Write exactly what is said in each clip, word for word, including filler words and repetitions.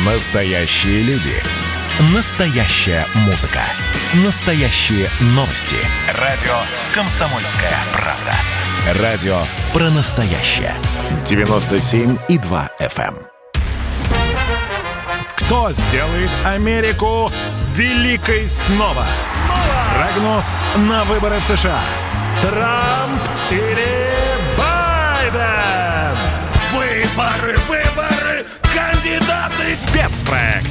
Настоящие люди. Настоящая музыка. Настоящие новости. Радио «Комсомольская правда». Радио про настоящее. девяносто семь и два эф эм. Кто сделает Америку великой снова? Прогноз на выборы в США. Трамп или Байден? Выборы, выборы, кандидаты! Спецпроект.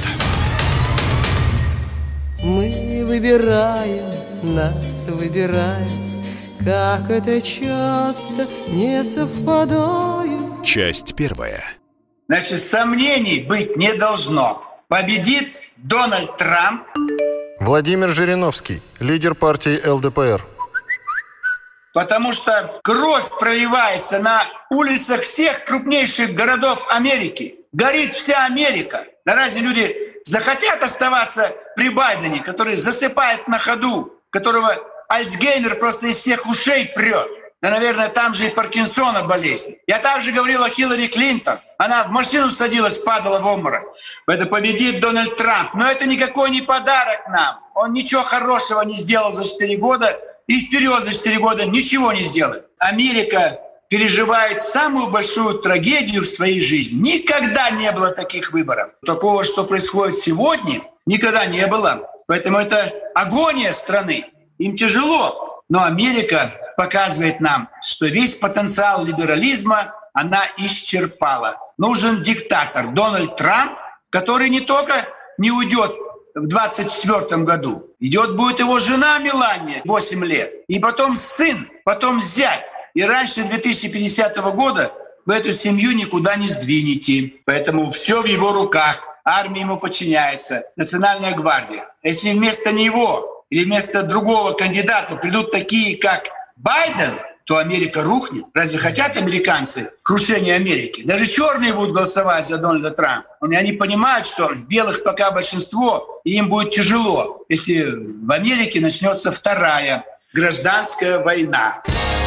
Мы выбираем, нас выбираем, как это часто не совпадает. Часть первая. Значит, сомнений быть не должно. Победит Дональд Трамп. Владимир Жириновский, лидер партии эл дэ пэ эр. Потому что кровь проливается на улицах всех крупнейших городов Америки. Горит вся Америка. Да разве люди захотят оставаться при Байдене, который засыпает на ходу, которого Альцгеймер просто из всех ушей прет? Да, наверное, там же и Паркинсона болезнь. Я также говорил о Хиллари Клинтон. Она в машину садилась, падала в обморок. Это победит Дональд Трамп. Но это никакой не подарок нам. Он ничего хорошего не сделал за четыре года. И вперед за четыре года ничего не сделает. Америка переживает самую большую трагедию в своей жизни. Никогда не было таких выборов. Такого, что происходит сегодня, никогда не было. Поэтому это агония страны. Им тяжело. Но Америка показывает нам, что весь потенциал либерализма она исчерпала. Нужен диктатор Дональд Трамп, который не только не уйдет в двадцать четвёртом году, идет будет его жена Мелания, восемь лет, и потом сын, потом зять. И раньше две тысячи пятидесятого года вы эту семью никуда не сдвинете. Поэтому все в его руках. Армия ему подчиняется, Национальная гвардия. Если вместо него или вместо другого кандидата придут такие, как Байден, то Америка рухнет. Разве хотят американцы крушения Америки? Даже черные будут голосовать за Дональда Трампа. И они понимают, что белых пока большинство, и им будет тяжело, если в Америке начнется вторая гражданская война.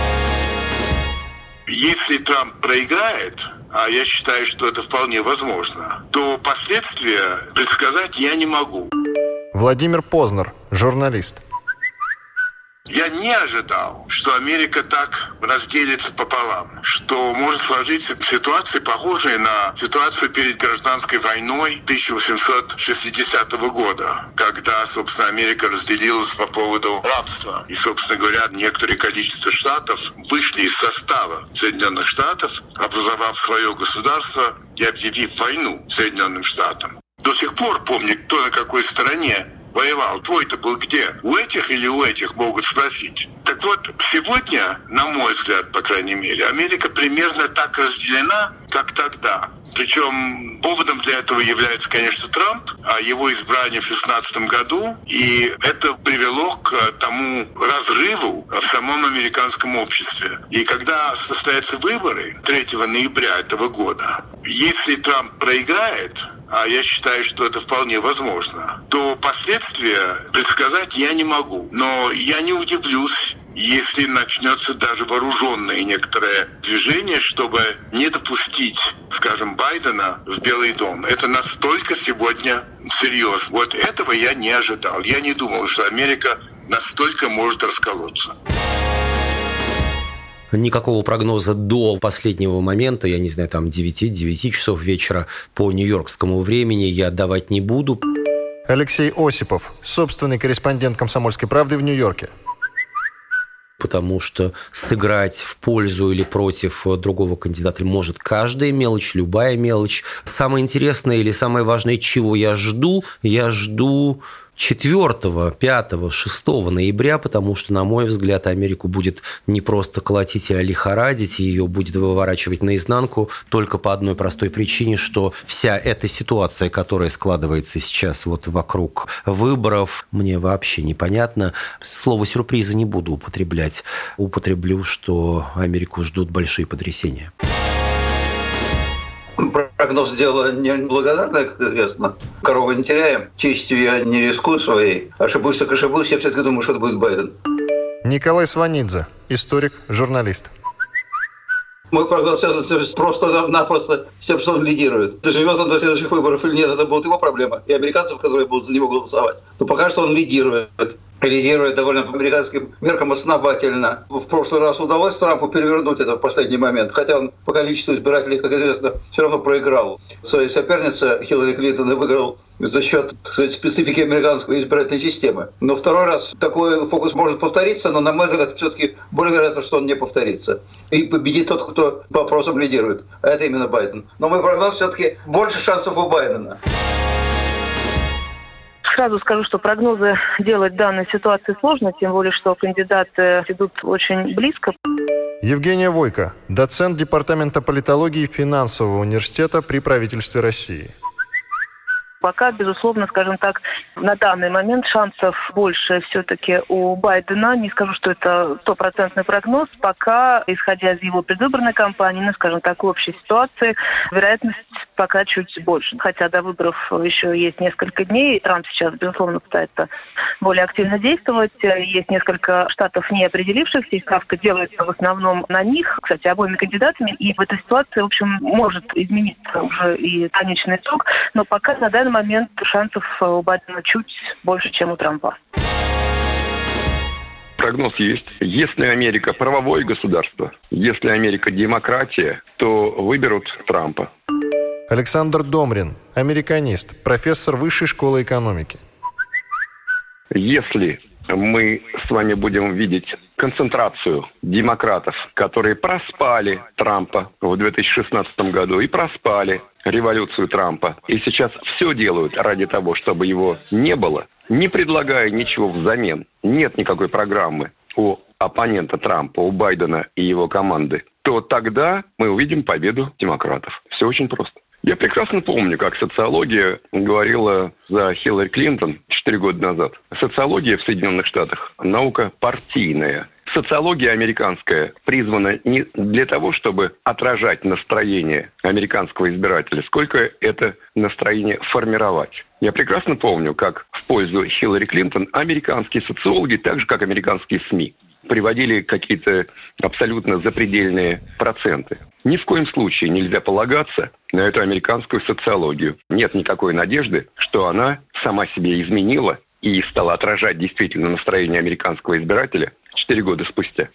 Если Трамп проиграет, а я считаю, что это вполне возможно, то последствия предсказать я не могу. Владимир Познер, журналист. Я не ожидал, что Америка так разделится пополам, что может сложиться ситуация, похожая на ситуацию перед гражданской войной тысяча восемьсот шестидесятого года, когда, собственно, Америка разделилась по поводу рабства. И, собственно говоря, некоторое количество штатов вышли из состава Соединенных Штатов, образовав свое государство и объявив войну Соединенным Штатам. До сих пор помню, кто на какой стороне воевал. Твой-то был где? У этих или у этих, могут спросить. Так вот, сегодня, на мой взгляд, по крайней мере, Америка примерно так разделена, как тогда. Причем поводом для этого является, конечно, Трамп, а его избрание в две тысячи шестнадцатом году. И это привело к тому разрыву в самом американском обществе. И когда состоятся выборы третьего ноября этого года, если Трамп проиграет, а я считаю, что это вполне возможно, то последствия предсказать я не могу. Но я не удивлюсь, если начнется даже вооруженное некоторое движение, чтобы не допустить, скажем, Байдена в Белый дом. Это настолько сегодня серьезно. Вот этого я не ожидал. Я не думал, что Америка настолько может расколоться. Никакого прогноза до последнего момента, я не знаю, там девять часов вечера по нью-йоркскому времени я давать не буду. Алексей Осипов, собственный корреспондент «Комсомольской правды» в Нью-Йорке. Потому что сыграть в пользу или против другого кандидата может каждая мелочь, любая мелочь. Самое интересное или самое важное, чего я жду, я жду четвёртого, пятого, шестого ноября, потому что, на мой взгляд, Америку будет не просто колотить, а лихорадить, ее будет выворачивать наизнанку только по одной простой причине, что вся эта ситуация, которая складывается сейчас вот вокруг выборов, мне вообще непонятно. Слово «сюрпризы» не буду употреблять. Употреблю, что Америку ждут большие потрясения. Прогноз дело неблагодарное, как известно. Корову не теряем. Честью я не рискую своей. Ошибусь, так ошибусь. Я все-таки думаю, что это будет Байден. Николай Сванидзе, историк, журналист. Мой прогноз связан просто-напросто с тем, что он лидирует. Доживет он до следующих выборов или нет, это будет его проблема. И американцев, которые будут за него голосовать. Но пока что он лидирует. Лидирует довольно по американским меркам основательно. В прошлый раз удалось Трампу перевернуть это в последний момент, хотя он по количеству избирателей, как известно, все равно проиграл. Своей сопернице Хиллари Клинтон и выиграл за счет, так сказать, специфики американской избирательной системы. Но второй раз такой фокус может повториться, но, на мой взгляд, все-таки более вероятно, что он не повторится. И победит тот, кто по опросам лидирует. А это именно Байден. Но мой прогноз все-таки больше шансов у Байдена. Сразу скажу, что прогнозы делать в данной ситуации сложно, тем более, что кандидаты идут очень близко. Евгения Войко, доцент Департамента политологии Финансового университета при правительстве России. Пока, безусловно, скажем так, на данный момент шансов больше все-таки у Байдена. Не скажу, что это стопроцентный прогноз. Пока, исходя из его предвыборной кампании, ну, скажем так, общей ситуации, вероятность пока чуть больше. Хотя до выборов еще есть несколько дней. Трамп сейчас, безусловно, пытается более активно действовать. Есть несколько штатов, не определившихся, и ставка делается в основном на них, кстати, обоими кандидатами. И в этой ситуации, в общем, может измениться уже и конечный итог. Но пока на данный момент шансов у Байдена чуть больше, чем у Трампа. Прогноз есть. Если Америка правовое государство, если Америка демократия, то выберут Трампа. Александр Домрин, американист, профессор Высшей школы экономики. Если мы с вами будем видеть концентрацию демократов, которые проспали Трампа в две тысячи шестнадцатом году и проспали революцию Трампа, и сейчас все делают ради того, чтобы его не было, не предлагая ничего взамен, нет никакой программы у оппонента Трампа, у Байдена и его команды, то тогда мы увидим победу демократов. Все очень просто. Я прекрасно помню, как социология говорила за Хиллари Клинтон четыре года назад. Социология в Соединенных Штатах – наука партийная. Социология американская призвана не для того, чтобы отражать настроение американского избирателя, сколько это настроение формировать. Я прекрасно помню, как в пользу Хиллари Клинтон американские социологи, так же как американские СМИ, приводили какие-то абсолютно запредельные проценты. Ни в коем случае нельзя полагаться на эту американскую социологию. Нет никакой надежды, что она сама себе изменила и стала отражать действительно настроение американского избирателя четыре года спустя.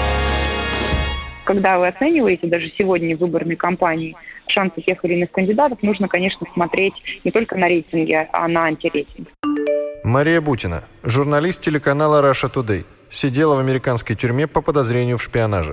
Когда вы оцениваете даже сегодня в выборной кампании шансы тех или иных кандидатов, нужно, конечно, смотреть не только на рейтинги, а на антирейтинг. Мария Бутина, журналист телеканала Russia Today, сидела в американской тюрьме по подозрению в шпионаже.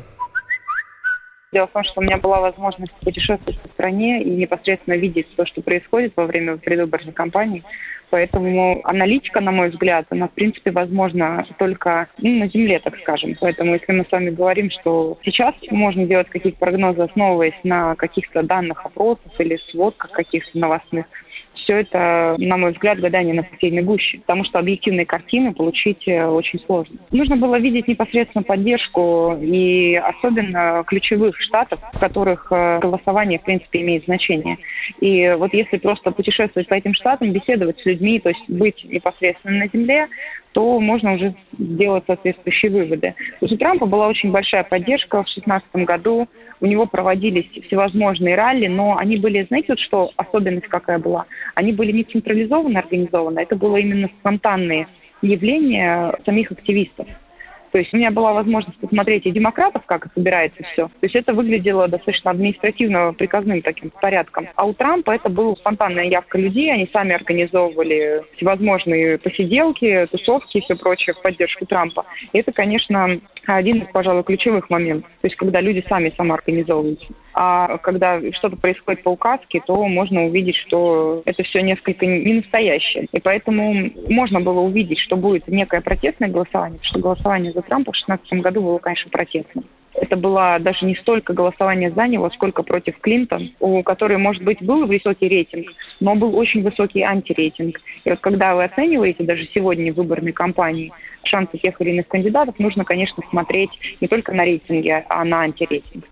Дело в том, что у меня была возможность путешествовать по стране и непосредственно видеть то, что происходит во время предвыборной кампании. Поэтому аналитика, на мой взгляд, она, в принципе, возможна только ну, на земле, так скажем. Поэтому, если мы с вами говорим, что сейчас можно делать какие-то прогнозы, основываясь на каких-то данных опросов или сводках каких-то новостных, все это, на мой взгляд, гадание на кофейной гуще, потому что объективные картины получить очень сложно. Нужно было видеть непосредственно поддержку и особенно ключевых штатов, в которых голосование, в принципе, имеет значение. И вот если просто путешествовать по этим штатам, беседовать с людьми, то есть быть непосредственно на земле, то можно уже сделать соответствующие выводы. То есть у Трампа была очень большая поддержка в две тысячи шестнадцатом году, у него проводились всевозможные ралли, но они были, знаете, вот что особенность какая была? Они были не централизованно организованы, это было именно спонтанные явления самих активистов. То есть у меня была возможность посмотреть и демократов, как собирается все. То есть это выглядело достаточно административно-приказным таким порядком. А у Трампа это была спонтанная явка людей, они сами организовывали всевозможные посиделки, тусовки и все прочее в поддержку Трампа. И это, конечно, один из, пожалуй, ключевых моментов. То есть когда люди сами самоорганизовываются. А когда что-то происходит по указке, то можно увидеть, что это все несколько не настоящее. И поэтому можно было увидеть, что будет некое протестное голосование, потому что голосование за Трампа в две тысячи шестнадцатом году было, конечно, протестным. Это было даже не столько голосование за него, сколько против Клинтон, у которой, может быть, был высокий рейтинг, но был очень высокий антирейтинг. И вот когда вы оцениваете даже сегодня в выборной кампании шансы тех или иных кандидатов, нужно, конечно, смотреть не только на рейтинги, а на антирейтинг.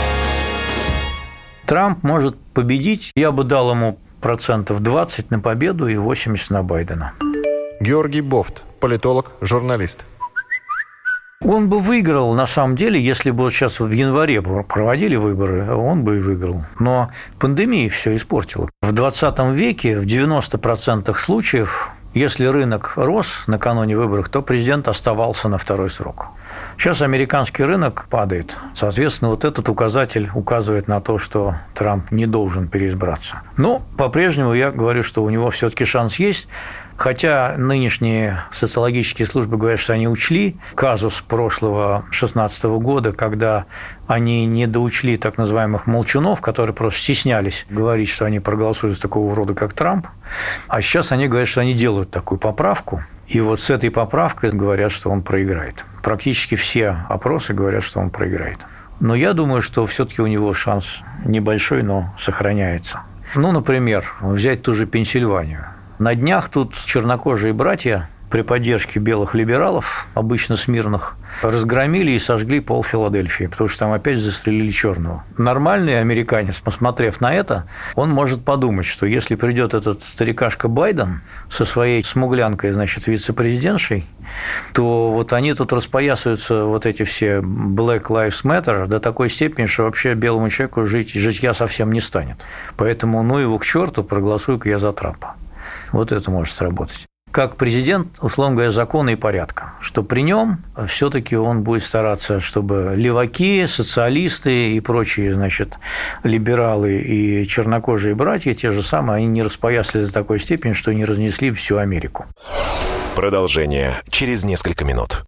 Трамп может победить. Я бы дал ему процентов двадцать на победу и восемьдесят на Байдена. Георгий Бофт, политолог, журналист. Он бы выиграл, на самом деле, если бы вот сейчас в январе проводили выборы, он бы и выиграл. Но пандемия все испортила. В двадцатом веке в девяноста процентах случаев, если рынок рос накануне выборов, то президент оставался на второй срок. Сейчас американский рынок падает. Соответственно, вот этот указатель указывает на то, что Трамп не должен переизбраться. Но по-прежнему я говорю, что у него все-таки шанс есть. Хотя нынешние социологические службы говорят, что они учли казус прошлого шестнадцатого года, когда они не доучли так называемых молчунов, которые просто стеснялись говорить, что они проголосуют за такого урода, как Трамп. А сейчас они говорят, что они делают такую поправку. И вот с этой поправкой говорят, что он проиграет. Практически все опросы говорят, что он проиграет. Но я думаю, что все-таки у него шанс небольшой, но сохраняется. Ну, например, взять ту же Пенсильванию. На днях тут чернокожие братья при поддержке белых либералов, обычно смирных, разгромили и сожгли пол Филадельфии, потому что там опять застрелили черного. Нормальный американец, посмотрев на это, он может подумать, что если придет этот старикашка Байден со своей смуглянкой, значит, вице-президентшей, то вот они тут распоясываются, вот эти все Black Lives Matter, до такой степени, что вообще белому человеку жить, житья совсем не станет. Поэтому ну его к черту, проголосую-ка я за Трампа. Вот это может сработать. Как президент, условно говоря, закона и порядка, что при нем все-таки он будет стараться, чтобы леваки, социалисты и прочие, значит, либералы и чернокожие братья, те же самые, они не распоясались до такой степени, что не разнесли всю Америку. Продолжение через несколько минут.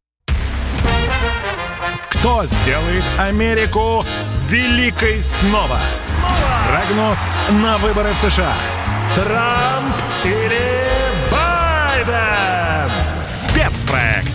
Кто сделает Америку великой снова? Прогноз на выборы в США. Трамп или Байден? Спецпроект.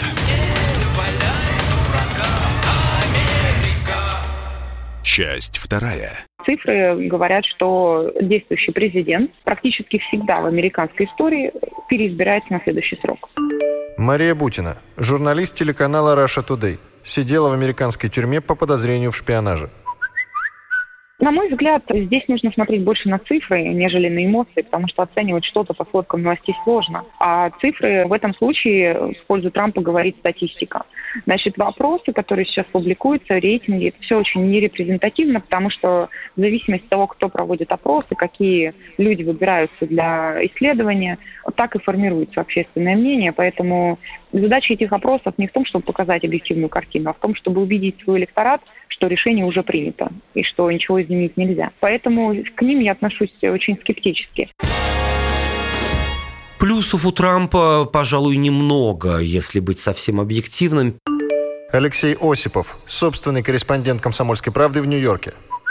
Часть вторая. Цифры говорят, что действующий президент практически всегда в американской истории переизбирается на следующий срок. Мария Бутина, журналист телеканала Russia Today, сидела в американской тюрьме по подозрению в шпионаже. На мой взгляд, здесь нужно смотреть больше на цифры, нежели на эмоции, потому что оценивать что-то по сводкам новостей сложно. А цифры в этом случае в пользу Трампа говорит статистика. Значит, вопросы, которые сейчас публикуются, рейтинги, это все очень нерепрезентативно, потому что в зависимости от того, кто проводит опросы, какие люди выбираются для исследования, так и формируется общественное мнение. Поэтому задача этих опросов не в том, чтобы показать объективную картину, а в том, чтобы убедить свой электорат, что решение уже принято и что ничего изменить нельзя. Поэтому к ним я отношусь очень скептически. Плюсов у Трампа, пожалуй, немного, если быть совсем объективным. Алексей Осипов, собственный корреспондент «Комсомольской правды» в Нью-Йорке.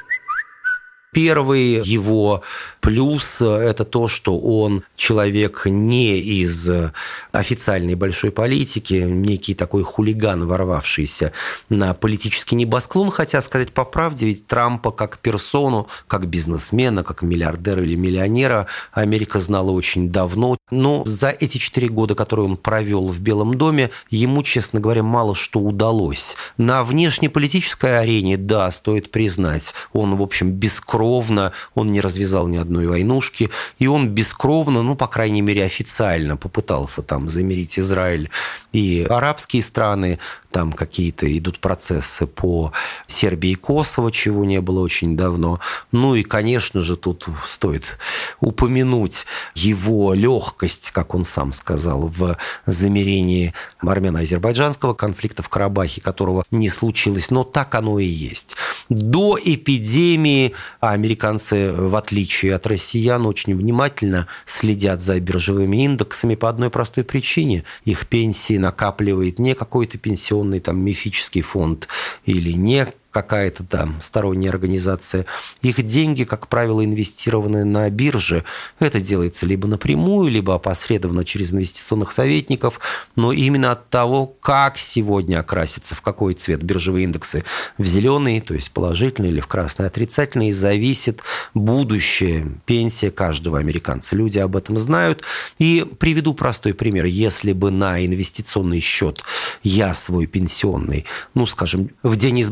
Первый его плюс – это то, что он человек не из официальной большой политики, некий такой хулиган, ворвавшийся на политический небосклон, хотя, сказать по правде, ведь Трампа как персону, как бизнесмена, как миллиардера или миллионера Америка знала очень давно. Но за эти четыре года, которые он провел в Белом доме, ему, честно говоря, мало что удалось. На внешнеполитической арене, да, стоит признать, он, в общем, бескровно Бескровно, он не развязал ни одной войнушки, и он бескровно, ну, по крайней мере, официально попытался там замирить Израиль и арабские страны, там какие-то идут процессы по Сербии и Косово, чего не было очень давно. Ну и, конечно же, тут стоит упомянуть его легкость, как он сам сказал, в замирении армяно-азербайджанского конфликта в Карабахе, которого не случилось, но так оно и есть. До эпидемии американцы, в отличие от россиян, очень внимательно следят за биржевыми индексами по одной простой причине. Их пенсии накапливает не какой-то пенсионный там мифический фонд или не какая-то там сторонняя организация. Их деньги, как правило, инвестированы на бирже. Это делается либо напрямую, либо опосредованно через инвестиционных советников. Но именно от того, как сегодня окрасится, в какой цвет биржевые индексы, в зеленый, то есть положительный, или в красный отрицательный, зависит будущее, пенсия каждого американца. Люди об этом знают. И приведу простой пример. Если бы на инвестиционный счет я свой пенсионный, ну, скажем, в день избрания Трампа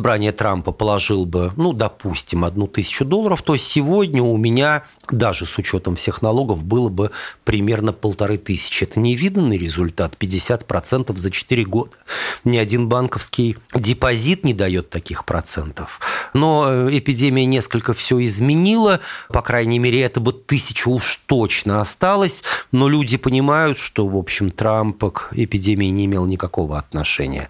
Трампа положил бы, ну, допустим, одну тысячу долларов, то сегодня у меня, даже с учетом всех налогов, было бы примерно полторы тысячи. Это невиданный результат, пятьдесят процентов за четыре года. Ни один банковский депозит не дает таких процентов. Но эпидемия несколько все изменила, по крайней мере, это бы тысяча уж точно осталось, но люди понимают, что, в общем, Трамп к эпидемии не имел никакого отношения.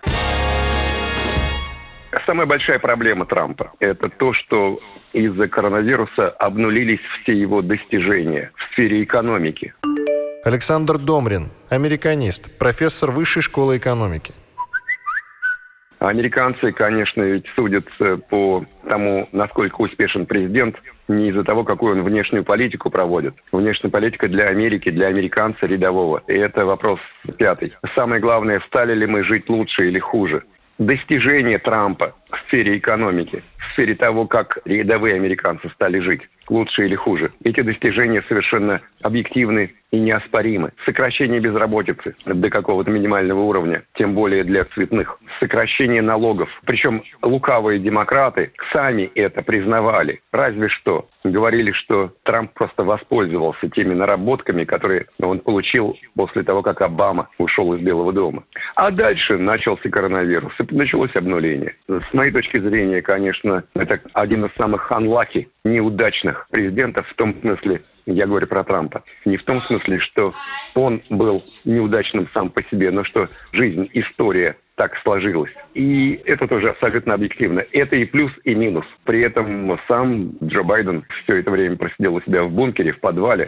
Самая большая проблема Трампа – это то, что из-за коронавируса обнулились все его достижения в сфере экономики. Александр Домрин, американист, профессор Высшей школы экономики. Американцы, конечно, ведь судят по тому, насколько успешен президент, не из-за того, какую он внешнюю политику проводит. Внешняя политика для Америки, для американца рядового. И это вопрос пятый. Самое главное, стали ли мы жить лучше или хуже. Достижения Трампа в сфере экономики, в сфере того, как рядовые американцы стали жить, лучше или хуже. Эти достижения совершенно объективны и неоспоримы. Сокращение безработицы до какого-то минимального уровня, тем более для цветных. Сокращение налогов. Причем лукавые демократы сами это признавали. Разве что говорили, что Трамп просто воспользовался теми наработками, которые он получил после того, как Обама ушел из Белого дома. А дальше начался коронавирус, и началось обнуление. С моей точки зрения, конечно, это один из самых unlucky, неудачных президентов в том смысле, я говорю про Трампа. Не в том смысле, что он был неудачным сам по себе, но что жизнь, история так сложилась. И это тоже абсолютно объективно. Это и плюс, и минус. При этом сам Джо Байден все это время просидел у себя в бункере, в подвале.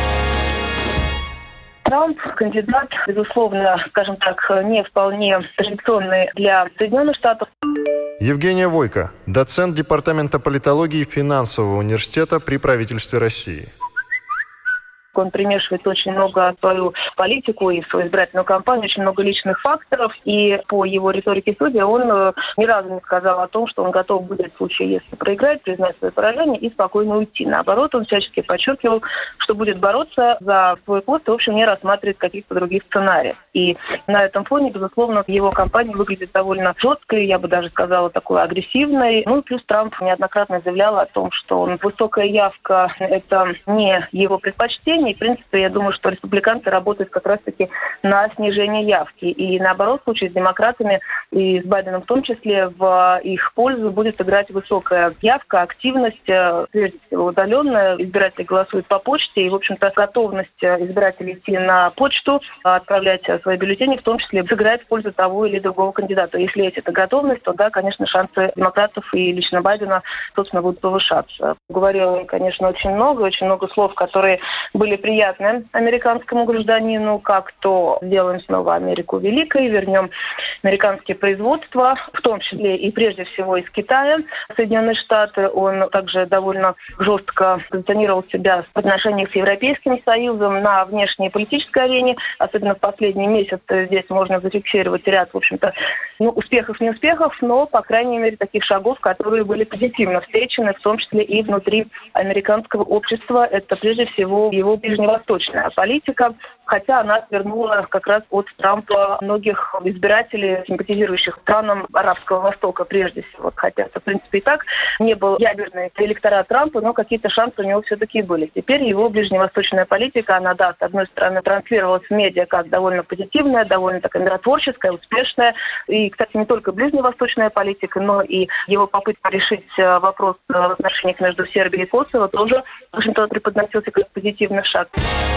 Трамп – кандидат, безусловно, скажем так, не вполне традиционный для Соединенных Штатов. Евгения Войко, доцент Департамента политологии Финансового университета при правительстве России. Он примешивает очень много в свою политику и в свою избирательную кампанию, очень много личных факторов. И по его риторике судья он э, ни разу не сказал о том, что он готов будет в случае, если проиграет, признать свое поражение и спокойно уйти. Наоборот, он всячески подчеркивал, что будет бороться за свой пост и, в общем, не рассматривает каких-то других сценариев. И на этом фоне, безусловно, его кампания выглядит довольно жесткой, я бы даже сказала, такой агрессивной. Ну и плюс Трамп неоднократно заявлял о том, что он, высокая явка – это не его предпочтение. И, в принципе, я думаю, что республиканцы работают как раз-таки на снижение явки. И, наоборот, в случае с демократами и с Байденом в том числе, в их пользу будет играть высокая явка, активность, прежде всего удаленная. Избиратели голосуют по почте. И, в общем-то, готовность избирателей идти на почту, отправлять свои бюллетени, в том числе сыграет в пользу того или другого кандидата. Если есть эта готовность, то, да, конечно, шансы демократов и лично Байдена, собственно, будут повышаться. Говорила, конечно, очень много, очень много слов, которые были приятны американскому гражданину, как то «сделаем снова Америку великой», «вернем американские производства», в том числе и прежде всего из Китая. Соединенные Штаты, он также довольно жестко позиционировал себя в отношениях с Европейским Союзом на внешней политической арене, особенно в последний месяц. Здесь можно зафиксировать ряд, в общем-то, ну, успехов, не успехов, но, по крайней мере, таких шагов, которые были позитивно встречены, в том числе и внутри американского общества. Это прежде всего его ближневосточная политика, хотя она отвернула как раз от Трампа многих избирателей, симпатизирующих странам Арабского Востока прежде всего. Хотя это, в принципе, и так не был ядерный электорат Трампа, но какие-то шансы у него все-таки были. Теперь его ближневосточная политика, она, да, с одной стороны, транслировалась в медиа как довольно позитивная, довольно такая миротворческая, успешная. И, кстати, не только ближневосточная политика, но и его попытка решить вопрос в отношениях между Сербией и Косово тоже, в общем-то, преподносился как позитивный шаг.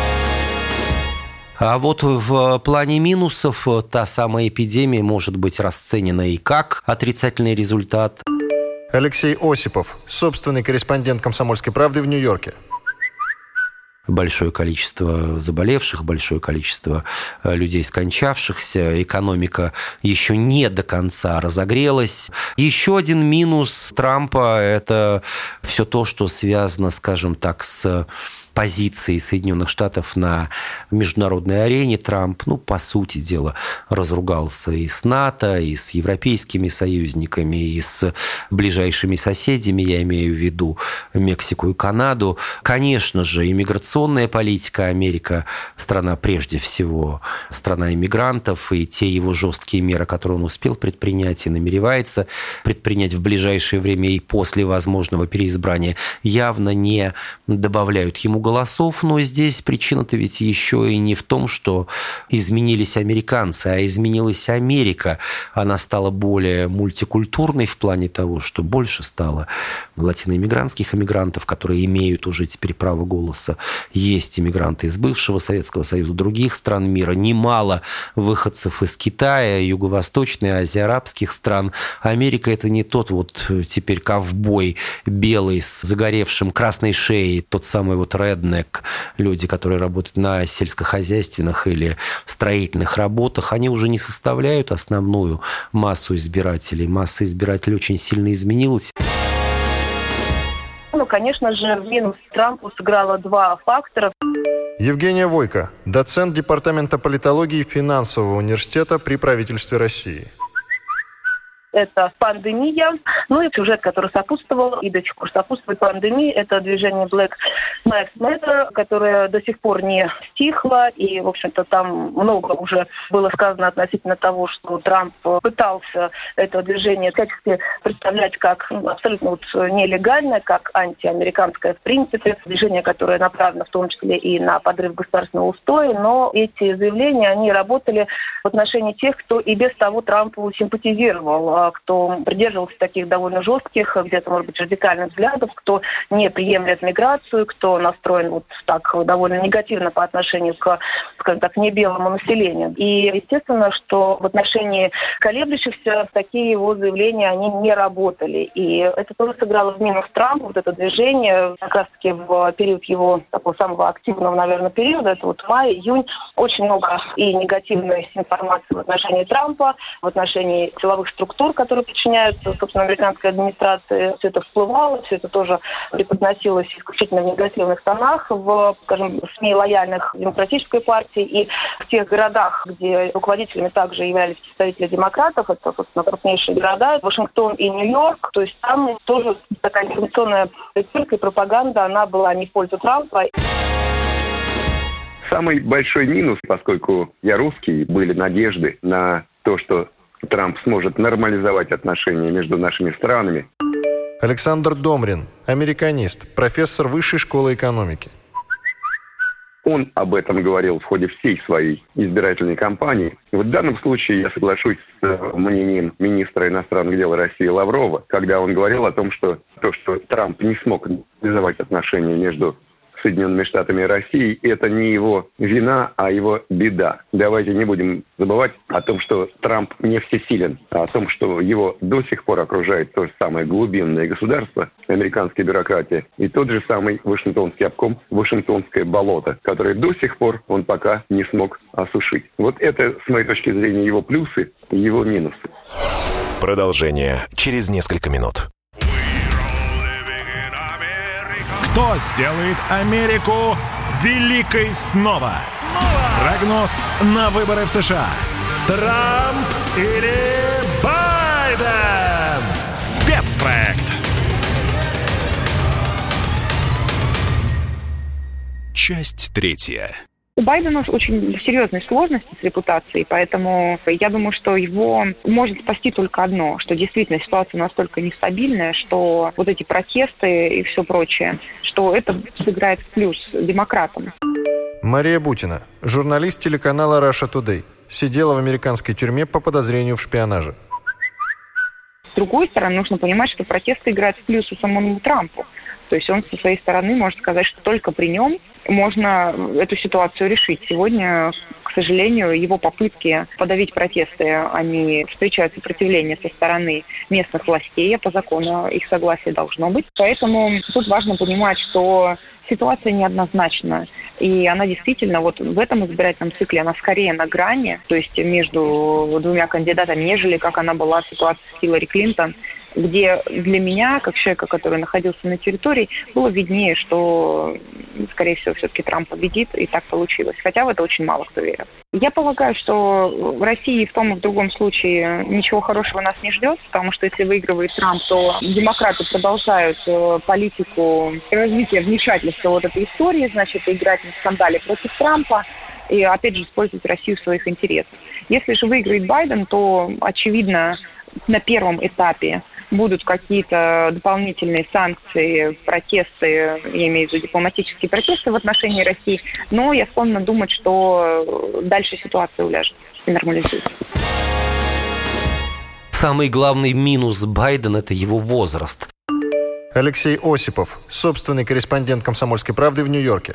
А вот в плане минусов та самая эпидемия может быть расценена и как отрицательный результат. Алексей Осипов, собственный корреспондент «Комсомольской правды» в Нью-Йорке. Большое количество заболевших, большое количество людей скончавшихся, экономика еще не до конца разогрелась. Еще один минус Трампа – это все то, что связано, скажем так, с позиции Соединенных Штатов на международной арене. Трамп, ну, по сути дела, разругался и с НАТО, и с европейскими союзниками, и с ближайшими соседями, я имею в виду Мексику и Канаду. Конечно же, иммиграционная политика. Америка – страна прежде всего, страна иммигрантов, и те его жесткие меры, которые он успел предпринять и намеревается предпринять в ближайшее время и после возможного переизбрания, явно не добавляют ему голосов. Но здесь причина-то ведь еще и не в том, что изменились американцы, а изменилась Америка. Она стала более мультикультурной в плане того, что больше стало латиноиммигрантских иммигрантов, которые имеют уже теперь право голоса. Есть иммигранты из бывшего Советского Союза, других стран мира. Немало выходцев из Китая, Юго-Восточной Азии, арабских стран. Америка – это не тот вот теперь ковбой белый с загоревшим красной шеей, тот самый вот реднек, люди, которые работают на сельскохозяйственных или строительных работах. Они уже не составляют основную массу избирателей. Масса избирателей очень сильно изменилась. Ну, конечно же, в минус Трампу сыграло два фактора. Евгения Войко, доцент Департамента политологии Финансового университета при правительстве России. Это пандемия, ну и сюжет, который сопутствовал и до сих пор сопутствует пандемии, это движение Black Lives Matter, которое до сих пор не стихло, и, в общем-то, там много уже было сказано относительно того, что Трамп пытался это движение всячески представлять как ну, абсолютно вот нелегальное, как антиамериканское в принципе, движение, которое направлено в том числе и на подрыв государственного устоя, но эти заявления, они работали в отношении тех, кто и без того Трампу симпатизировал, кто придерживался таких довольно жестких, где-то, может быть, радикальных взглядов, кто не приемлет миграцию, кто настроен вот так довольно негативно по отношению к, скажем так, небелому населению. И естественно, что в отношении колеблющихся такие его заявления, они не работали. И это тоже сыграло в минус Трампа, вот это движение, как раз-таки в период его такого самого активного, наверное, периода, это вот май, июнь, очень много и негативной информации в отношении Трампа, в отношении силовых структур, которые подчиняются, собственно, американской администрации. Все это всплывало, все это тоже преподносилось исключительно в негативных тонах в, скажем, СМИ лояльных демократической партии и в тех городах, где руководителями также являлись представители демократов, это, собственно, крупнейшие города, Вашингтон и Нью-Йорк, то есть там тоже такая информационная риторика и пропаганда, она была не в пользу Трампа. Самый большой минус, поскольку я русский, были надежды на то, что Трамп сможет нормализовать отношения между нашими странами. Александр Домрин, американист, профессор Высшей школы экономики. Он об этом говорил в ходе всей своей избирательной кампании. И вот в данном случае я соглашусь с мнением министра иностранных дел России Лаврова, когда он говорил о том, что то, что Трамп не смог нормализовать отношения между Соединенными Штатами и Россией, это не его вина, а его беда. Давайте не будем забывать о том, что Трамп не всесилен, а о том, что его до сих пор окружает то же самое глубинное государство, американская бюрократия, и тот же самый Вашингтонский обком, Вашингтонское болото, которое до сих пор он пока не смог осушить. Вот это, с моей точки зрения, его плюсы и его минусы. Продолжение через несколько минут. Кто сделает Америку великой снова? Прогноз на выборы в США. Трамп или Байден? Спецпроект. Часть третья. У Байдена очень серьезные сложности с репутацией, поэтому я думаю, что его может спасти только одно, что действительно ситуация настолько нестабильная, что вот эти протесты и все прочее, что это сыграет в плюс демократам. Мария Бутина, журналист телеканала Russia Today, сидела в американской тюрьме по подозрению в шпионаже. С другой стороны, нужно понимать, что протесты играют в плюс самому Трампу. То есть он со своей стороны может сказать, что только при нем можно эту ситуацию решить. Сегодня, к сожалению, его попытки подавить протесты, они встречают сопротивление со стороны местных властей, а по закону их согласие должно быть. Поэтому тут важно понимать, что ситуация неоднозначна. И она действительно вот в этом избирательном цикле, она скорее на грани, то есть между двумя кандидатами, нежели как она была в ситуации с Хиллари Клинтон где для меня, как человека, который находился на территории, было виднее, что, скорее всего, все-таки Трамп победит, и так получилось. Хотя в это очень мало кто верит. Я полагаю, что в России в том и в другом случае ничего хорошего нас не ждет, потому что если выигрывает Трамп, то демократы продолжают политику развития вмешательства вот этой истории, значит, играть на скандале против Трампа и, опять же, использовать Россию в своих интересах. Если же выиграет Байден, то, очевидно, на первом этапе будут какие-то дополнительные санкции, протесты, я имею в виду дипломатические протесты в отношении России, но я склонна думать, что дальше ситуация уляжется и нормализуется. Самый главный минус Байдена – это его возраст. Алексей Осипов, собственный корреспондент «Комсомольской правды» в Нью-Йорке.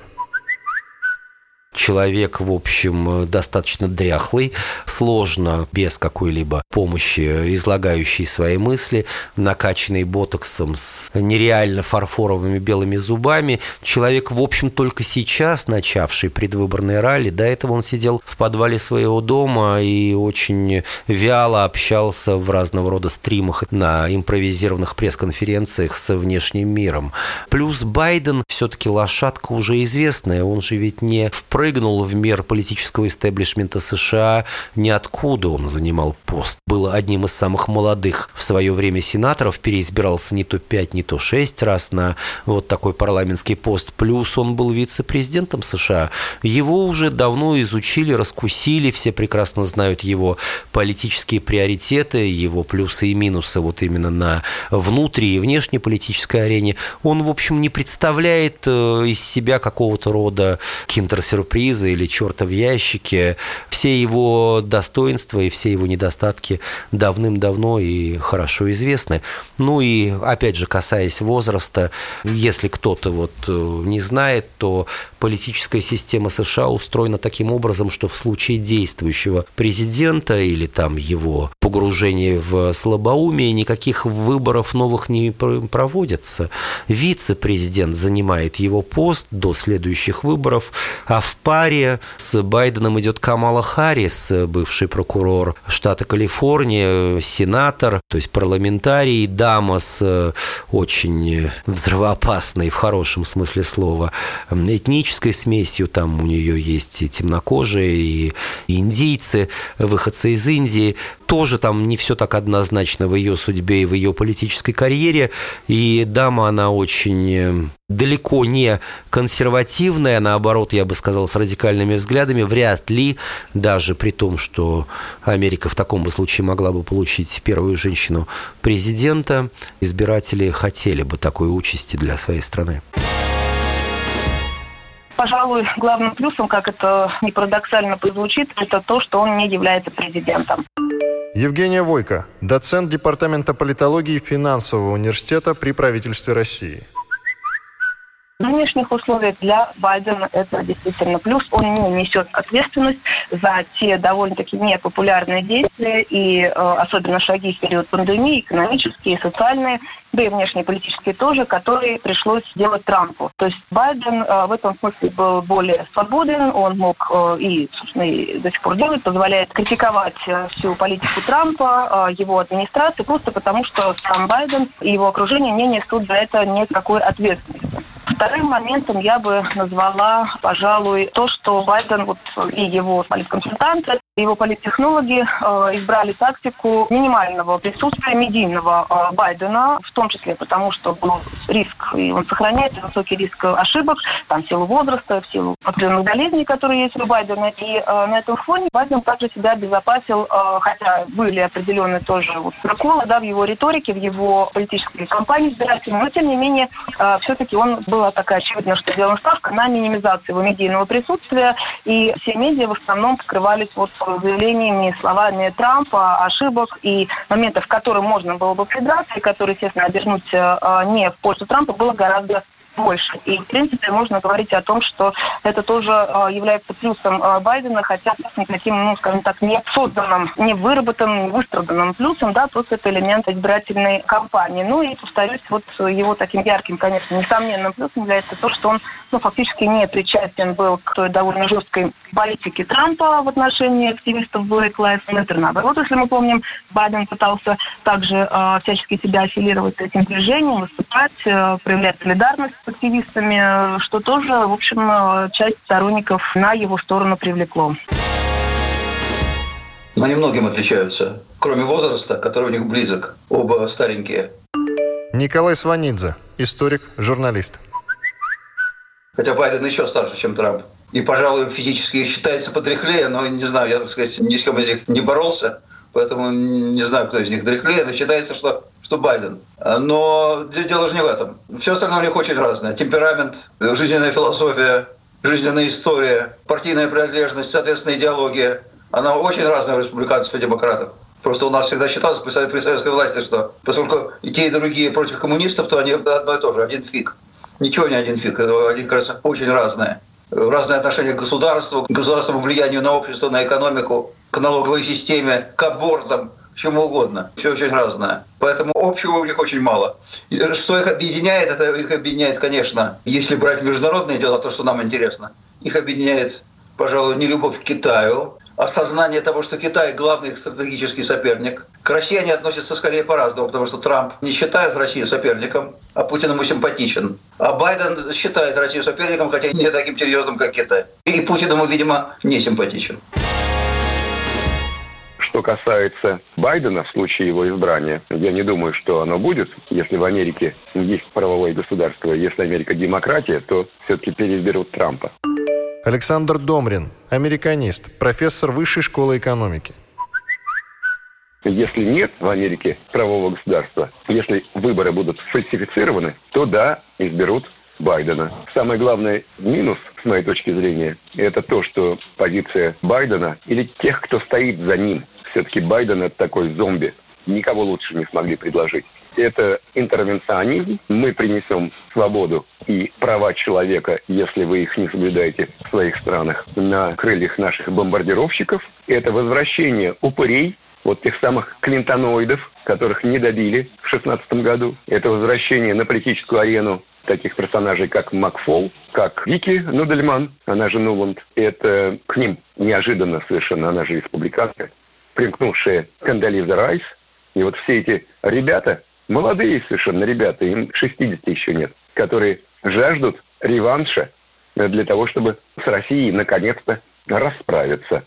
Человек, в общем, достаточно дряхлый, сложно, без какой-либо помощи, излагающий свои мысли, накачанный ботоксом, с нереально фарфоровыми белыми зубами. Человек, в общем, только сейчас начавший предвыборные ралли. До этого он сидел в подвале своего дома и очень вяло общался в разного рода стримах на импровизированных пресс-конференциях с внешним миром. Плюс Байден все-таки лошадка уже известная, он же ведь не в прыгнул в мир политического истеблишмента США ниоткуда. Он занимал пост. Был одним из самых молодых в свое время сенаторов. Переизбирался не то пять, не то шесть раз на вот такой парламентский пост. Плюс он был вице-президентом США. Его уже давно изучили, раскусили. Все прекрасно знают его политические приоритеты, его плюсы и минусы вот именно на внутри- и внешнеполитической арене. Он, в общем, не представляет из себя какого-то рода киндер-сюрприза или черта в ящике. Все его достоинства и все его недостатки давным-давно и хорошо известны. Ну и, опять же, касаясь возраста, если кто-то вот не знает, то политическая система США устроена таким образом, что в случае действующего президента или там его погружения в слабоумие никаких выборов новых не проводится. Вице-президент занимает его пост до следующих выборов, а в паре с Байденом идет Камала Харрис, бывший прокурор штата Калифорния, сенатор, то есть парламентарий, дама с очень взрывоопасной, в хорошем смысле слова, этнической смесью. Там у нее есть и темнокожие, и индийцы, выходцы из Индии. Тоже там не все так однозначно в ее судьбе и в ее политической карьере. И дама, она очень далеко не консервативная, наоборот, я бы сказал, с радикальными взглядами. Вряд ли, даже при том, что Америка в таком бы случае могла бы получить первую женщину-президента, избиратели хотели бы такой участи для своей страны. Пожалуй, главным плюсом, как это не парадоксально прозвучит, это то, что он не является президентом. Евгения Войко, доцент Департамента политологии финансового университета при правительстве России. В нынешних условиях для Байдена это действительно плюс. Он не несет ответственность за те довольно-таки непопулярные действия и э, особенно шаги в период пандемии, экономические, социальные, да и внешнеполитические тоже, которые пришлось делать Трампу. То есть Байден э, в этом смысле был более свободен, он мог э, и, собственно, и до сих пор делать, позволяет критиковать э, всю политику Трампа, э, его администрации, просто потому что сам Байден и его окружение не несут за это никакой ответственности. Вторым моментом я бы назвала, пожалуй, то, что Байден вот, и его политконсультанты, и его политтехнологи э, избрали тактику минимального присутствия медийного э, Байдена, в том числе потому, что был риск, и он сохраняет высокий риск ошибок, там, в силу возраста, в силу определенных болезней, которые есть у Байдена. И э, на этом фоне Байден также себя обезопасил, э, хотя были определенные тоже вот, проколы, да, в его риторике, в его политической кампании избирательной, но тем не менее э, все-таки он была такая очевидная, что сделана ставка на минимизацию его медийного присутствия, и все медиа в основном покрывались вот заявлениями, словами Трампа, ошибок и моментов, к которым можно было бы придраться, и которые, естественно, обернуть э, не в пользу Трампа, было гораздо больше. И, в принципе, можно говорить о том, что это тоже является плюсом Байдена, хотя с никаким, ну, скажем так, не созданным, не выработанным, не выстраданным плюсом, да, просто это элемент избирательной кампании. Ну и, повторюсь, вот его таким ярким, конечно, несомненным плюсом является то, что он, ну, фактически не причастен был к той довольно жесткой политике Трампа в отношении активистов Black Lives Matter. Наоборот, если мы помним, Байден пытался также э, всячески себя аффилировать с этим движением, выступать, э, проявлять солидарность с активистами, что тоже, в общем, э, часть сторонников на его сторону привлекло. Но они многим отличаются, кроме возраста, который у них близок. Оба старенькие. Николай Сванидзе, историк, журналист. Хотя Байден еще старше, чем Трамп. И, пожалуй, физически считается подряхлее, но, не знаю, я, так сказать, ни с кем из них не боролся, поэтому не знаю, кто из них дряхлее, но считается, что, что Байден. Но дело же не в этом. Все остальное у них очень разное. Темперамент, жизненная философия, жизненная история, партийная принадлежность, соответственно, идеология. Она очень разная у республиканцев и демократов. Просто у нас всегда считалось при советской власти, что поскольку и те, и другие против коммунистов, то они одно и то же, один фиг. Ничего не один фиг, они, кажется, очень разные. Разные отношения к государству, к государственному влиянию на общество, на экономику, к налоговой системе, к абортам, чему угодно. Все очень разное. Поэтому общего у них очень мало. И что их объединяет, это их объединяет, конечно, если брать международные дела, то, что нам интересно, их объединяет, пожалуй, не любовь к Китаю, осознание того, что Китай – главный их стратегический соперник. К России они относятся скорее по-разному, потому что Трамп не считает Россию соперником, а Путин ему симпатичен. А Байден считает Россию соперником, хотя не таким серьезным, как Китай. И Путин ему, видимо, не симпатичен. Что касается Байдена в случае его избрания, я не думаю, что оно будет. Если в Америке есть правовое государство, если Америка демократия, то все-таки переизберут Трампа. Александр Домрин, американист, профессор Высшей школы экономики. Если нет в Америке правового государства, если выборы будут фальсифицированы, то да, изберут Байдена. Самый главный минус, с моей точки зрения, это то, что позиция Байдена или тех, кто стоит за ним, все-таки Байден – это такой зомби, никого лучше не смогли предложить. Это интервенционизм. Мы принесем свободу и права человека, если вы их не соблюдаете в своих странах, на крыльях наших бомбардировщиков. Это возвращение упырей, вот тех самых клинтоноидов, которых не добили в шестнадцатом году. Это возвращение на политическую арену таких персонажей, как Макфол, как Вики Нудельман, она же Нуланд. Это к ним неожиданно совершенно, она же республиканка, примкнувшая Кондолиза Райс. И вот все эти ребята, молодые совершенно ребята, им шестидесяти еще нет, которые жаждут реванша для того, чтобы с Россией наконец-то расправиться.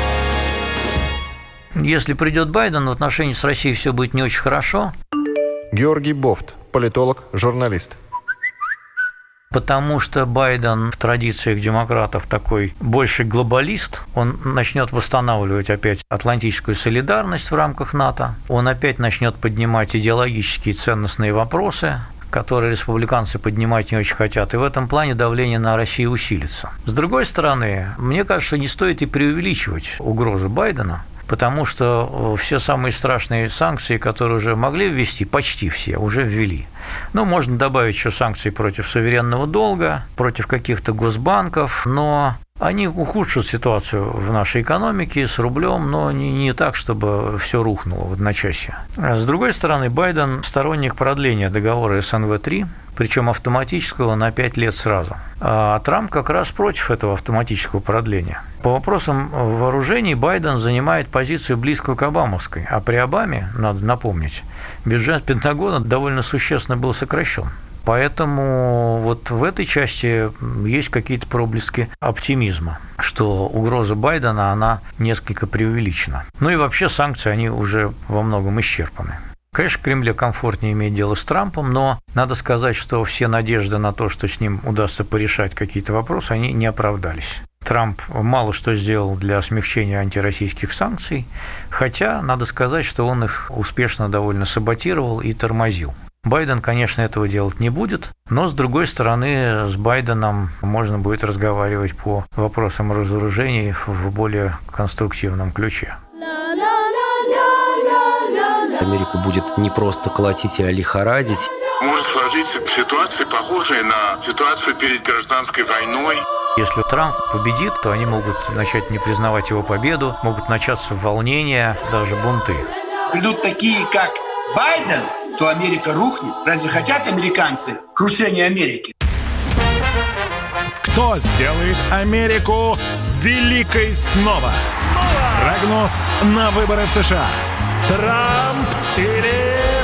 Если придет Байден, в отношении с Россией все будет не очень хорошо. Георгий Бофт, политолог, журналист. Потому что Байден в традициях демократов такой больше глобалист. Он начнет восстанавливать опять атлантическую солидарность в рамках НАТО. Он опять начнет поднимать идеологические ценностные вопросы, которые республиканцы поднимать не очень хотят. И в этом плане давление на Россию усилится. С другой стороны, мне кажется, не стоит и преувеличивать угрозу Байдена, потому что все самые страшные санкции, которые уже могли ввести, почти все уже ввели. Ну, можно добавить еще санкции против суверенного долга, против каких-то госбанков, но они ухудшат ситуацию в нашей экономике с рублем, но не, не так, чтобы все рухнуло в одночасье. С другой стороны, Байден сторонник продления договора эс эн вэ три, причем автоматического на пять лет сразу. А Трамп как раз против этого автоматического продления. По вопросам вооружений Байден занимает позицию близкую к обамовской, а при Обаме, надо напомнить, бюджет Пентагона довольно существенно был сокращен. Поэтому вот в этой части есть какие-то проблески оптимизма, что угроза Байдена, она несколько преувеличена. Ну и вообще санкции, они уже во многом исчерпаны. Конечно, Кремле комфортнее иметь дело с Трампом, но надо сказать, что все надежды на то, что с ним удастся порешать какие-то вопросы, они не оправдались. Трамп мало что сделал для смягчения антироссийских санкций, хотя надо сказать, что он их успешно довольно саботировал и тормозил. Байден, конечно, этого делать не будет, но, с другой стороны, с Байденом можно будет разговаривать по вопросам разоружения в более конструктивном ключе. La la la la la la la Америку будет не просто колотить, а лихорадить. Может сложиться ситуация, похожая на ситуацию перед гражданской войной. Если Трамп победит, то они могут начать не признавать его победу, могут начаться волнения, даже бунты. Придут такие, как Байден, то Америка рухнет. Разве хотят американцы крушения Америки? Кто сделает Америку великой снова? Прогноз на выборы в США. Трамп или